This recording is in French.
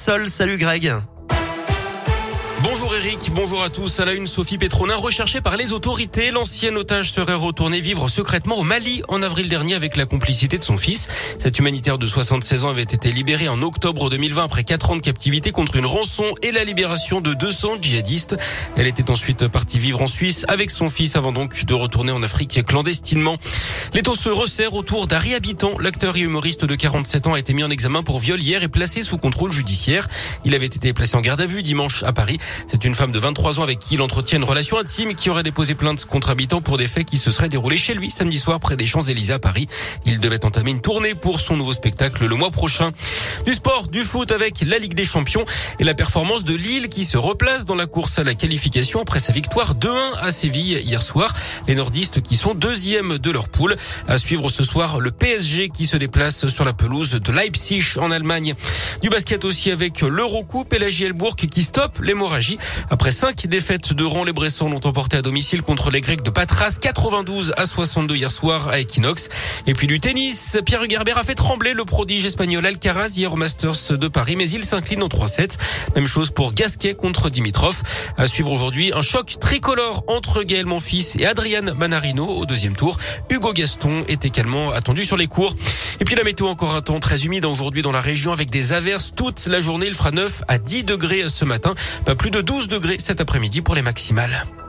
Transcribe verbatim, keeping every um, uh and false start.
sol. Salut Greg. Bonjour Eric, bonjour à tous. À la une, Sophie Petronin recherchée par les autorités. L'ancienne otage serait retournée vivre secrètement au Mali en avril dernier avec la complicité de son fils. Cette humanitaire de soixante-seize ans avait été libérée en octobre deux mille vingt après quatre ans de captivité contre une rançon et la libération de deux cents djihadistes. Elle était ensuite partie vivre en Suisse avec son fils avant donc de retourner en Afrique clandestinement. Les taux se resserrent autour d'Harry Habitant. L'acteur et humoriste de quarante-sept ans a été mis en examen pour viol hier et placé sous contrôle judiciaire. Il avait été placé en garde à vue dimanche à Paris. C'est une femme de vingt-trois ans avec qui il entretient une relation intime qui aurait déposé plainte contre Habitant pour des faits qui se seraient déroulés chez lui samedi soir près des Champs-Élysées à Paris. Il devait entamer une tournée pour son nouveau spectacle le mois prochain. Du sport, du foot avec la Ligue des Champions et la performance de Lille qui se replace dans la course à la qualification après sa victoire deux un à Séville hier soir. Les nordistes qui sont deuxièmes de leur poule. À suivre ce soir le P S G qui se déplace sur la pelouse de Leipzig en Allemagne. Du basket aussi avec l'Eurocoupe et la J L Bourg qui stoppe l'hémorragie. Après cinq défaites de rang, les Bressans l'ont emporté à domicile contre les Grecs de Patras, quatre-vingt-douze à soixante-deux hier soir à Equinox. Et puis du tennis, Pierre Hugerbert a fait trembler le prodige espagnol Alcaraz hier au Masters de Paris, mais il s'incline en trois sept. Même chose pour Gasquet contre Dimitrov. À suivre aujourd'hui, un choc tricolore entre Gaël Monfils et Adrian Manarino au deuxième tour. Hugo Gaston est également attendu sur les cours. Et puis la météo, encore un temps très humide aujourd'hui dans la région avec des averses toute la journée. Il fera neuf à dix degrés ce matin, pas plus de douze degrés cet après-midi pour les maximales.